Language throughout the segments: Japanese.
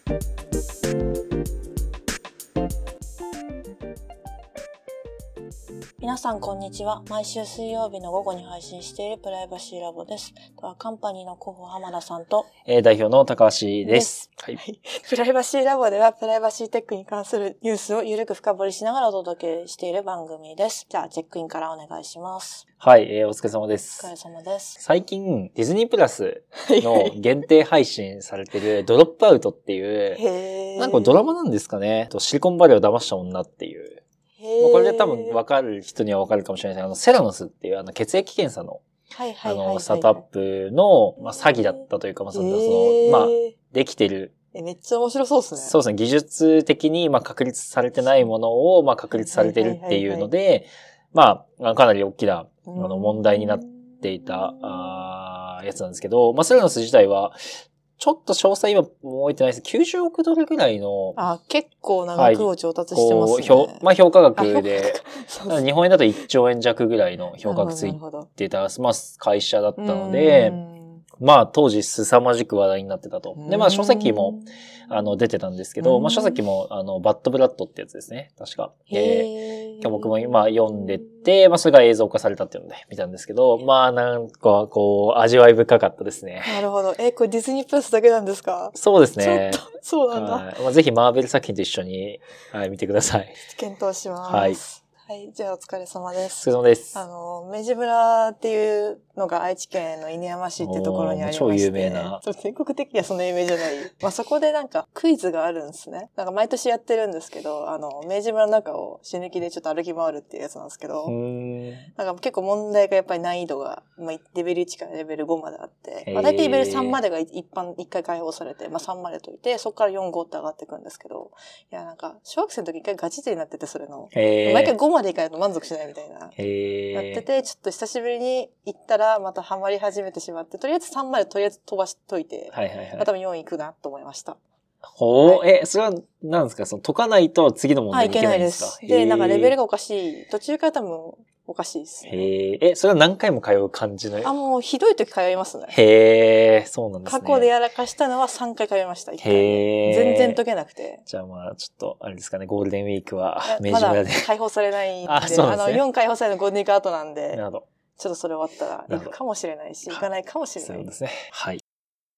皆さんこんにちは。毎週水曜日の午後に配信しているプライバシーラボです。カンパニーの広報浜田さんと、 代表の高橋です。 はい。プライバシーラボではプライバシーテックに関するニュースをゆるく深掘りしながらお届けしている番組です。じゃあチェックインからお願いします。 はい、お疲れ様です。 お疲れ様です。 最近ディズニープラスの限定配信されてるドロップアウトっていう、なんかドラマなんですかね。シリコンバレーを騙した女っていう。これで多分分かる人には分かるかもしれないですけど、セラノスっていう血液検査の、スタートアップの、詐欺だったというか、できてる。 めっちゃ面白そうですね。 そうですね。技術的に、確立されてないものを、確立されてるっていうので、かなり大きな、問題になっていた、やつなんですけど、セラノス自体は、ちょっと詳細今覚えてないです。90億ドルぐらいの。 結構な額を調達してますね。 評価額で、日本円だと1兆円弱ぐらいの評価額ついてた、会社だったので、当時凄まじく話題になってたと。で、書籍も、出てたんですけど、書籍も、バッドブラッドってやつですね。確か。僕も今読んでて、それが映像化されたっていうので見たんですけど、なんか、味わい深かったですね。 なるほど。これディズニープラスだけなんですか？ そうですね。 ちょっと、そうなんだ。 ぜひマーベル作品と一緒に、見てください。 検討します。 はい。 はい。じゃあお疲れ様です。 お疲れ様です。 明治村っていうのが愛知県の犬山市っていうところにありまして。 超有名な。 全国的にはそんな有名じゃない。そこでなんかクイズがあるんですね。なんか毎年やってるんですけど、明治村の中を死ぬ気でちょっと歩き回るっていうやつなんですけど、なんか結構問題がやっぱり難易度が、レベル1からレベル5まであって、大体レベル3までが一回解放されて、3まで解いて、そこから4、5って上がっていくんですけど、いやなんか、小学生の時一回ガチ勢になってて、それの。毎回5までいかないと満足しないみたいな。なってて、ちょっと久しぶりに行ったら、またハマり始めてしまって、とりあえず3までとりあえず飛ばしといて、多分4行くなと思いました。 それは何ですか？解かないと次の問題に行けないんですか？ いけないです。で、なんかレベルがおかしい。途中から多分おかしいです、ね。 それは何回も通う感じの？ もうひどい時通いますね。 そうなんですね。 過去でやらかしたのは3回通いました。1回全然解けなくて。 じゃあちょっと、あれですかね、ゴールデンウィークは明治村で。 まだ解放されないんで、 そうですね、 4解放されるのゴールデンウィーク後なんで。 なるほど。 ちょっとそれ終わったら行くかもしれないし、行かないかもしれない。 そうですね。はい。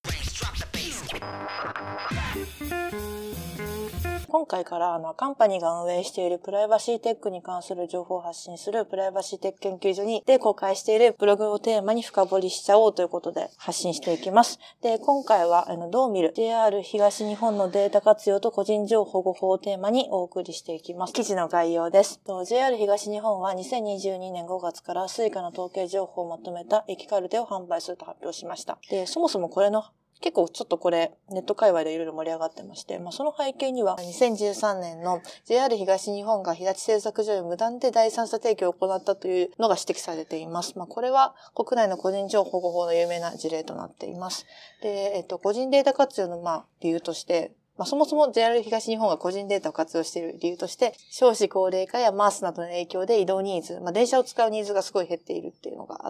今回からカンパニーが運営しているプライバシーテックに関する情報を発信するプライバシーテック研究所で公開しているブログをテーマに深掘りしちゃおうということで発信していきます。で、今回はどう見る JR 東日本のデータ活用と個人情報保護法をテーマにお送りしていきます。記事の概要です。JR 東日本は2022年5月からスイカの統計情報をまとめた駅カルテを販売すると発表しました。で、そもそもこれの結構ちょっとこれネット界隈でいろいろ盛り上がってまして、その背景には2013年の JR 東日本が日立製作所へ無断で第三者提供を行ったというのが指摘されています。これは国内の個人情報保護法の有名な事例となっています。で、個人データ活用の理由として、そもそも JR 東日本が個人データを活用している理由として、少子高齢化やマースなどの影響で移動ニーズ、電車を使うニーズがすごい減っているっていうのがあって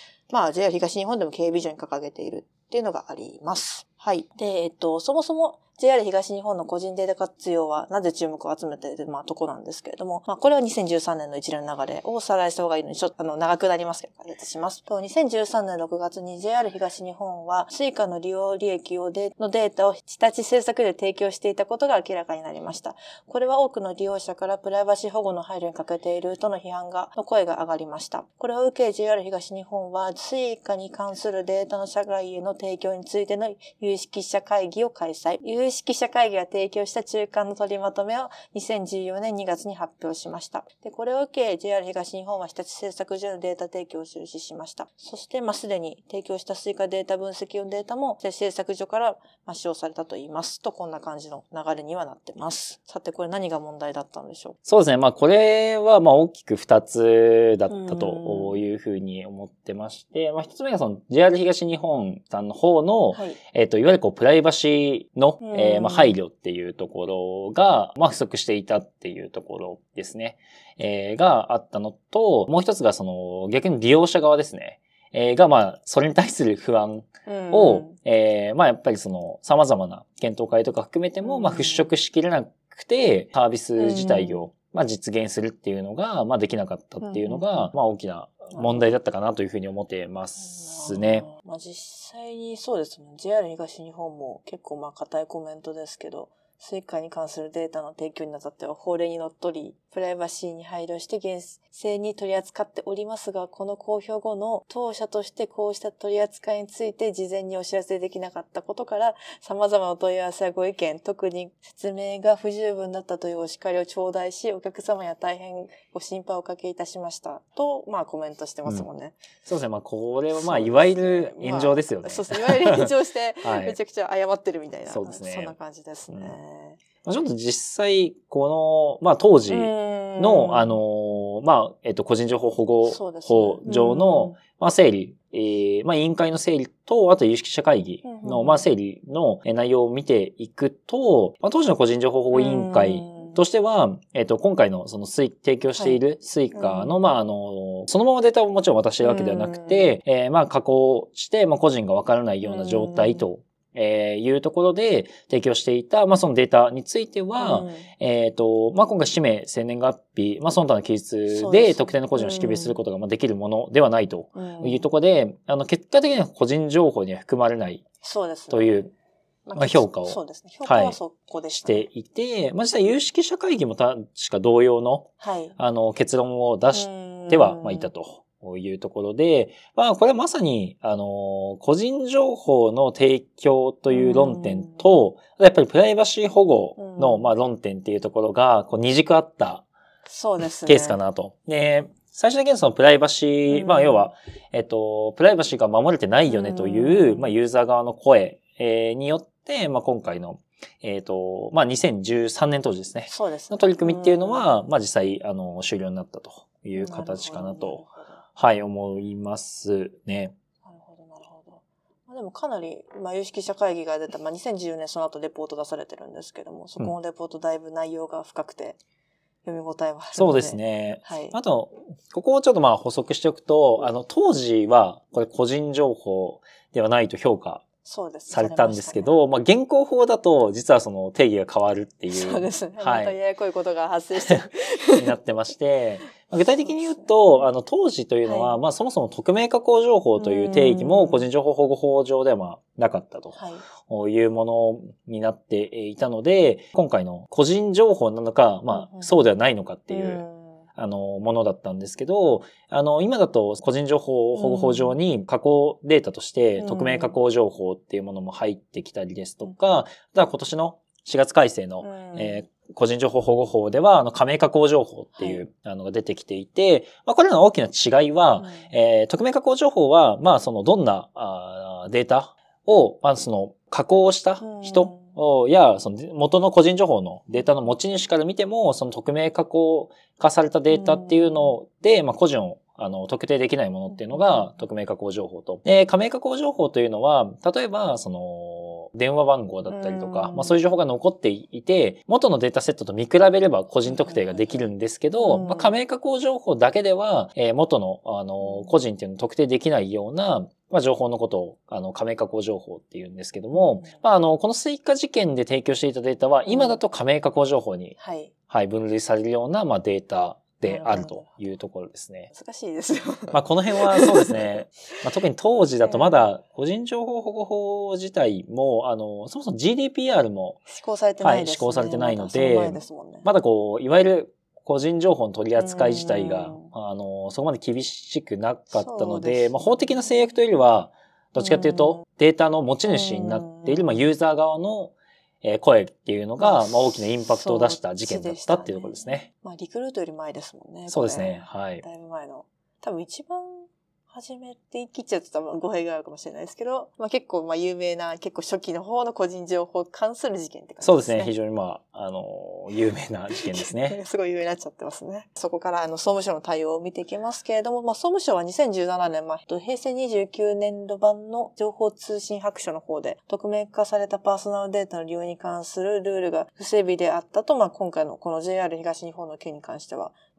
、JR 東日本でも経営ビジョンに掲げているっていうのがあります。はい。で、そもそも JR 東日本の個人データ活用はなぜ注目を集めているとこなんですけれども、これは2013年の一連の流れをおさらいした方がいいので、ちょっと長くなりますけど、解説します。2013年6月に JR 東日本は、スイカの利用利益のデータを日立製作で提供していたことが明らかになりました。これは多くの利用者からプライバシー保護の配慮に欠けているとの批判の声が上がりました。これを受け JR 東日本は、スイカに関するデータの社外への提供についての有識者会議を開催。有識者会議が提供した中間の取りまとめを2014年2月に発表しました。で、これを受け JR 東日本は日立製作所へのデータ提供を中止しました。そして、すでに提供したスイカデータ分析用のデータも日立製作所から使用されたと言いますと、こんな感じの流れにはなってます。さて、これ何が問題だったんでしょう？ そうですね。これは大きく2つだったというふうに思ってまして、1つ目がその JR 東日本さんの方の、いわゆるプライバシーの、配慮っていうところが、不足していたっていうところですね。があったのと、もう一つが逆に利用者側ですね。 が、それに対する不安を、やっぱり様々な検討会とか含めても、払拭しきれなくて、サービス自体を、実現するっていうのが、できなかったっていうのが、大きな問題だったかなというふうに思ってますね。 実際にそうですね。JR 東日本も結構固いコメントですけど、Suica に関するデータの提供にあたっては法令にのっとり、プライバシーに配慮して厳正に取り扱っておりますが、この公表後の当社としてこうした取り扱いについて事前にお知らせできなかったことから、様々なお問い合わせやご意見、特に説明が不十分だったというお叱りを頂戴し、お客様には大変ご心配をおかけいたしました。と、コメントしてますもんね。 そうですね。これはいわゆる炎上ですよね。 そうですね。いわゆる炎上して、めちゃくちゃ謝ってるみたいな。そうですね。そんな感じですね。 ちょっと実際、この、当時の、個人情報保護法上の、整理、委員会の整理と、あと有識者会議の、整理の内容を見ていくと、当時の個人情報保護委員会としては、今回の提供しているSuicaの、そのままデータをもちろん渡しているわけではなくて、加工して、個人がわからないような状態と、いうところで提供していた、そのデータについては、今回氏名、生年月日、その他の記述で特定の個人を識別することができるものではないというところで、結果的には個人情報には含まれないという、評価を、 そこでしていて、実際有識者会議も確か同様の、結論を出してはいたと。いうところで、これはまさに、個人情報の提供という論点と、やっぱりプライバシー保護の、論点っていうところが、二軸あった、ケースかなと。で、最終的にプライバシー、要は、プライバシーが守れてないよねという、ユーザー側の声、によって、今回の、2013年当時ですね。 そうですね。 の取り組みっていうのは、実際、終了になったという形かなと。思いますね。 なるほど。でもかなり、有識者会議が出た、2014年その後レポート出されてるんですけども、そこのレポートだいぶ内容が深くて、読み応えはあるので。 そうですね。あと、ここをちょっと補足しておくと、当時は、これ個人情報ではないと評価されたんですけど、現行法だと、実はその定義が変わるっていう。 そうですね。またややこいことが発生してになってまして、具体的に言うと、当時というのは、そもそも匿名加工情報という定義も個人情報保護法上ではなかったというものになっていたので、今回の個人情報なのか、そうではないのかっていう、ものだったんですけど、今だと個人情報保護法上に加工データとして匿名加工情報っていうものも入ってきたりですとか、あとは今年の4月改正の、個人情報保護法では、加盟加工情報っていうのが出てきていて、これらの大きな違いは、匿名加工情報は、どんなデータを、加工した人や、元の個人情報のデータの持ち主から見ても、匿名加工化されたデータっていうので、個人を特定できないものっていうのが、匿名加工情報と。加盟加工情報というのは、例えば、電話番号だったりとか、そういう情報が残っていて、元のデータセットと見比べれば個人特定ができるんですけど、加盟加工情報だけでは、元の、個人っていうのを特定できないような、情報のことを、加盟加工情報っていうんですけども、このSuica事件で提供していたデータは、今だと加盟加工情報に、分類されるような、データ、であるというところですね。 難しいですよ。 この辺はそうですね。特に当時だとまだ個人情報保護法自体も、そもそも GDPR も施行されてないですね。 施行されてないので、まだいわゆる個人情報の取り扱い自体が、そこまで厳しくなかったので、法的な制約というよりは、どっちかというと、データの持ち主になっている、ユーザー側の声っていうのが、大きなインパクトを出した事件だったっていうところですね。 リクルートより前ですもんね。 そうですね。はい。 だいぶ前の。多分一番初めて言い切っちゃうと多分語弊があるかもしれないですけど、結構有名な、結構初期の方の個人情報に関する事件って感じですね。 そうですね。非常に有名な事件ですね。 すごい有名になっちゃってますね。そこから総務省の対応を見ていきますけれども、総務省は2017年、平成29年度版の情報通信白書の方で、匿名化されたパーソナルデータの利用に関するルールが不整備であったと、今回のこの JR 東日本の件に関しては、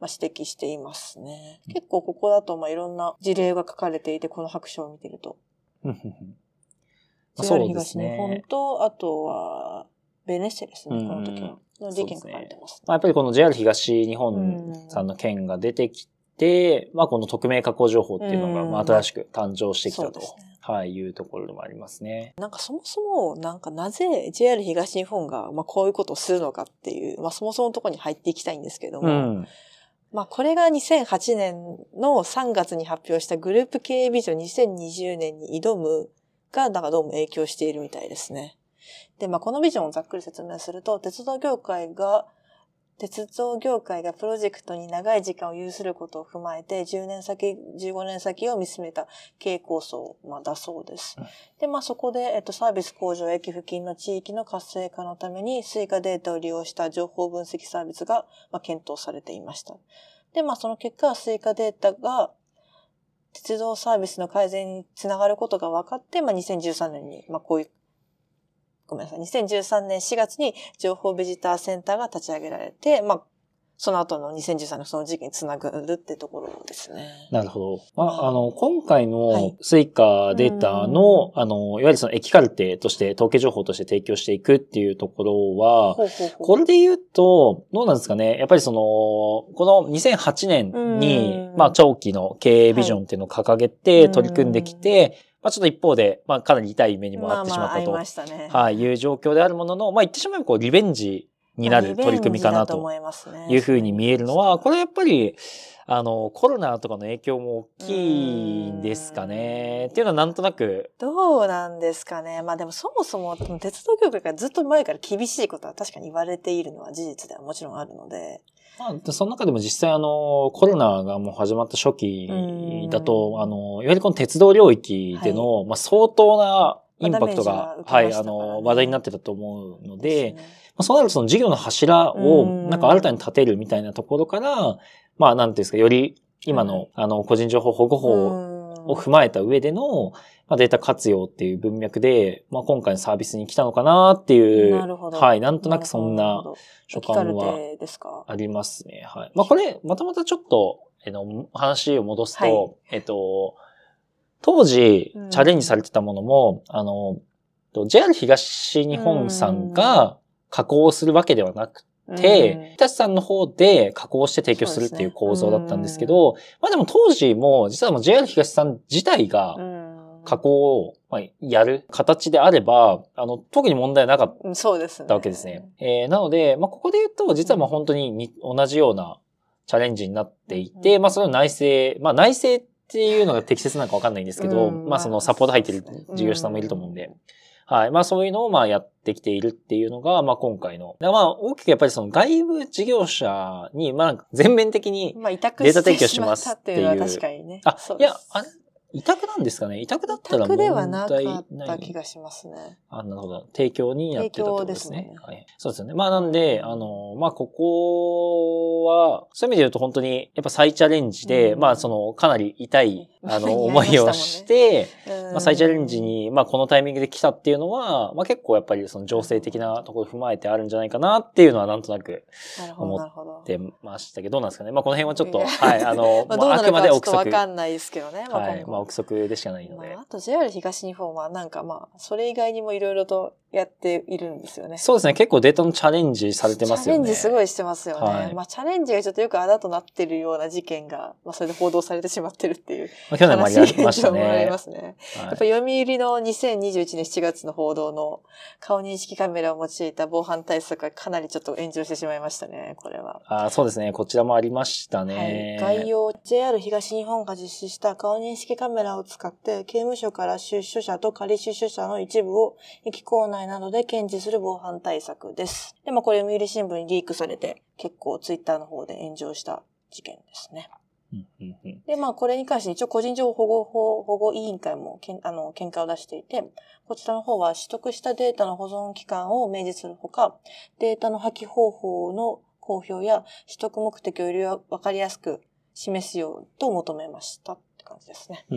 指摘していますね。結構ここだといろんな事例が書かれていて、この白書を見てると。JR 東日本と、あとは、ベネッセですね、この時は。の事件書かれてます。 やっぱりこの JR 東日本さんの件が出てきて、この匿名加工情報っていうのが、新しく誕生してきたと、いうところでもありますね。 そもそも、なぜ JR 東日本が、こういうことをするのかっていう、そもそものところに入っていきたいんですけども、これが2008年の3月に発表したグループ経営ビジョン2020年に挑むが、どうも影響しているみたいですね。で、このビジョンをざっくり説明すると、鉄道業界がプロジェクトに長い時間を有することを踏まえて、10年先、15年先を見つめた経営構想だそうです。で、そこで、サービス向上駅付近の地域の活性化のために、追加データを利用した情報分析サービスが、検討されていました。で、その結果、追加データが、鉄道サービスの改善につながることが分かって、2013年に、2013年4月に情報ビジターセンターが立ち上げられて、その後の2013年その時期につながるってところですね。 なるほど。今回のスイカデータの、いわゆるその駅カルテとして統計情報として提供していくっていうところは、これで言うと、どうなんですかね。やっぱりこの2008年に、長期の経営ビジョンっていうのを掲げて取り組んできて、ちょっと一方で、かなり痛い目にもあってしまったと、いう状況であるものの、言ってしまえばリベンジになる取り組みかなというふうに見えるのは、これやっぱり、コロナとかの影響も大きいんですかね。っていうのはなんとなく。 どうなんですかね。でもそもそも鉄道業界がずっと前から厳しいことは確かに言われているのは事実ではもちろんあるので。 その中でも実際コロナがもう始まった初期だと、いわゆるこの鉄道領域での、相当なインパクトが、話題になってたと思うので、そうなるとその事業の柱を新たに立てるみたいなところから、なんていうんですか、より今の、個人情報保護法を踏まえた上での、データ活用っていう文脈で、今回のサービスに来たのかなっていう、なんとなくそんな所感はありますね。これ、またちょっと、話を戻すと、当時、チャレンジされてたものも、JR 東日本さんが加工するわけではなくて、日立さんの方で加工して提供するっていう構造だったんですけど、でも当時も、実はもう JR 東さん自体が加工をやる形であれば、特に問題なかったわけですね。なので、ここで言うと、実は本当に同じようなチャレンジになっていて、それを内製っていうのが適切なのかわかんないんですけど、そのサポート入ってる事業者さんもいると思うんで、そういうのをやってきているっていうのが、今回の。大きくやっぱりその外部事業者に、全面的にデータ提供しますっていう。 確かにね。 いや、委託なんですかね。委託だったら問題ない。 委託ではなかった気がしますね。 なるほど。提供になってたってことですね。そうですよね。なんで、ここは、そういう意味で言うと本当に、やっぱ再チャレンジで、かなり痛い、思いをして、再チャレンジに、このタイミングで来たっていうのは、結構やっぱりその情勢的なところを踏まえてあるんじゃないかなっていうのはなんとなく思ってましたけど、どうなんですかね。この辺はちょっと、あくまで憶測。 わかんないですけどね。 憶測でしかないので。 あと JR 東日本はそれ以外にもいろいろとやっているんですよね。 そうですね。結構データのチャレンジされてますよね。 チャレンジすごいしてますよね。チャレンジがちょっとよくあだとなってるような事件が、それで報道されてしまってるっていう。 去年もありましたね。 ありますね。やっぱ読売の2021年7月の報道の顔認識カメラを用いた防犯対策がかなりちょっと炎上してしまいましたね、これは。 そうですね。こちらもありましたね。 概要、JR 東日本が実施した顔認識カメラを使って、刑務所から出所者と仮出所者の一部を駅構内などで検知する防犯対策です。で、これ読売新聞にリークされて、結構ツイッターの方で炎上した事件ですね。で、これに関して一応個人情報保護委員会も見解を出していて、こちらの方は取得したデータの保存期間を明示するほか、データの破棄方法の公表や取得目的をよりわかりやすく示すようと求めましたって感じですね。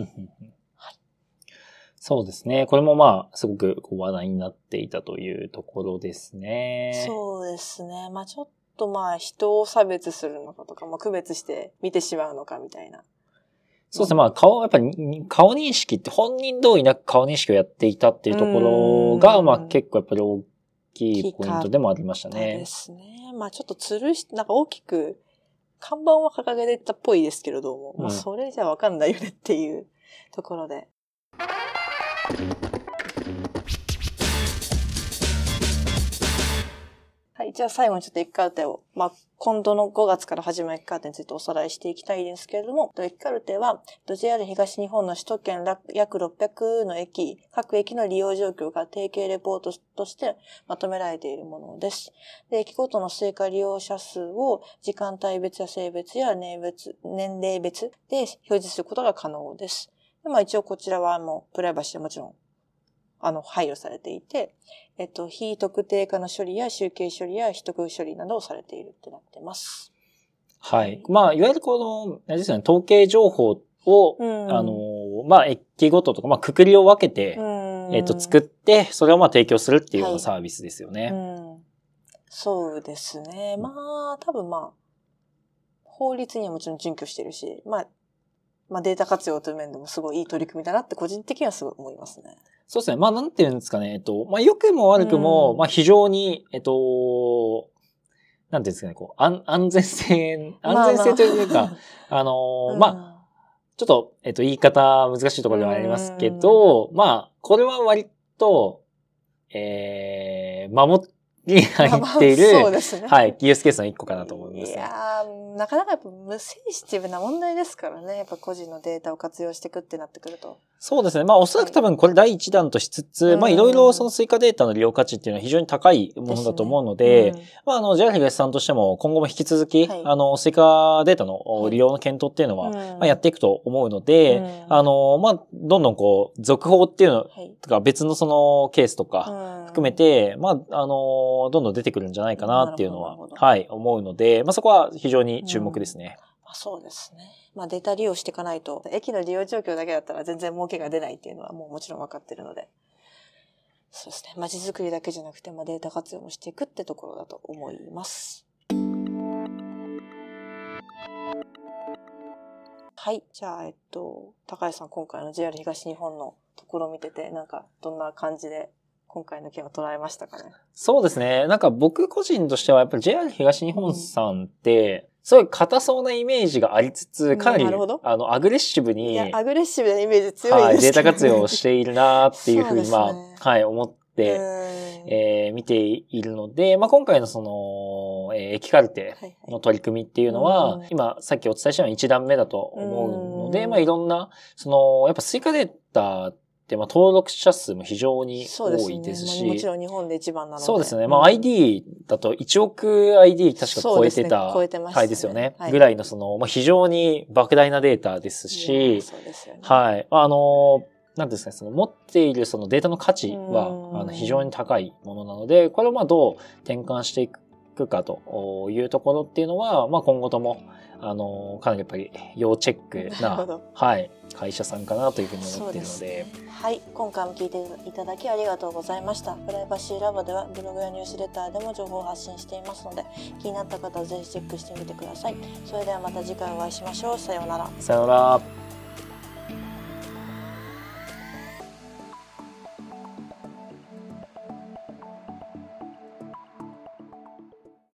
そうですね。これもすごく話題になっていたというところですね。 そうですね。ちょっと人を差別するのかとか、区別して見てしまうのかみたいな。 そうですね。やっぱり顔認識って本人同意なく顔認識をやっていたっていうところが、結構やっぱり大きいポイントでもありましたね。そうですね。ちょっと大きく看板は掲げてたっぽいですけれども、それじゃわかんないよねっていうところで。はい。じゃあ最後にちょっと1カルテを、今度の5月から始まる1カルテについておさらいしていきたいですけれども、1カルテは、JR 東日本の首都圏約600の駅、各駅の利用状況が定型レポートとしてまとめられているものです。で、駅ごとの追加利用者数を時間帯別や性別や年齢別で表示することが可能です。で、一応こちらはプライバシーはもちろん配慮されていて、非特定化の処理や集計処理や秘匿処理などをされているってなってます。 はい。いわゆるあれですよね、統計情報を、駅ごととか、くくりを分けて、作って、それを提供するっていうようなサービスですよね。 そうですね。多分法律にはもちろん準拠してるし、データ活用という面でもすごいいい取り組みだなって個人的にはすごい思いますね。 そうですね。なんていうんですかね。良くも悪くも、非常に、なんていうんですかね、安全性というか、ちょっと、言い方難しいところではありますけど、これは割と、守に入っている、 そうですね。 はい、ユースケースの一個かなと思いますね。 いやー、なかなかやっぱ無センシティブな問題ですからね。やっぱ個人のデータを活用していくってなってくると。 そうですね。おそらく多分これ第一弾としつつ、いろいろその追加データの利用価値っていうのは非常に高いものだと思うので、JR 東さんとしても今後も引き続き、追加データの利用の検討っていうのは、やっていくと思うので、どんどん続報っていうのとか別のそのケースとか含めて、どんどん出てくるんじゃないかなっていうのは、はい、思うので、そこは非常に注目ですね。 そうですね。データ利用していかないと、駅の利用状況だけだったら全然儲けが出ないっていうのはもちろん分かってるので。そうですね。街づくりだけじゃなくて、データ活用もしていくってところだと思います。はい。じゃあ、高橋さん、今回の JR 東日本のところを見てて、どんな感じで今回の件を捉えましたかね。 そうですね。僕個人としてはやっぱり JR 東日本さんって、すごい硬そうなイメージがありつつ、かなり、アグレッシブに、 アグレッシブなイメージ強いですね。 データ活用をしているなっていうふうに、思って、見ているので、今回のその、駅カルテの取り組みっていうのは、今、さっきお伝えしたように1段目だと思うので、いろんな、やっぱ追加データで、登録者数も非常に多いですし。 もちろん日本で一番なので。 そうですね。ID だと1億 ID 確か超えてた。 超えてましたね。 はいですよね。ぐらいの非常に莫大なデータですし。 そうですよね。 はい。なんですかね、持っているそのデータの価値は、非常に高いものなので、これをどう転換していくかというところっていうのは、今後とも、かなりやっぱり要チェックな、はい、会社さんかなというふうに思っているので。 はい、今回も聞いていただきありがとうございました。プライバシーラボではブログやニュースレターでも情報を発信していますので、気になった方はぜひチェックしてみてください。それではまた次回お会いしましょう。さようなら。 さようなら。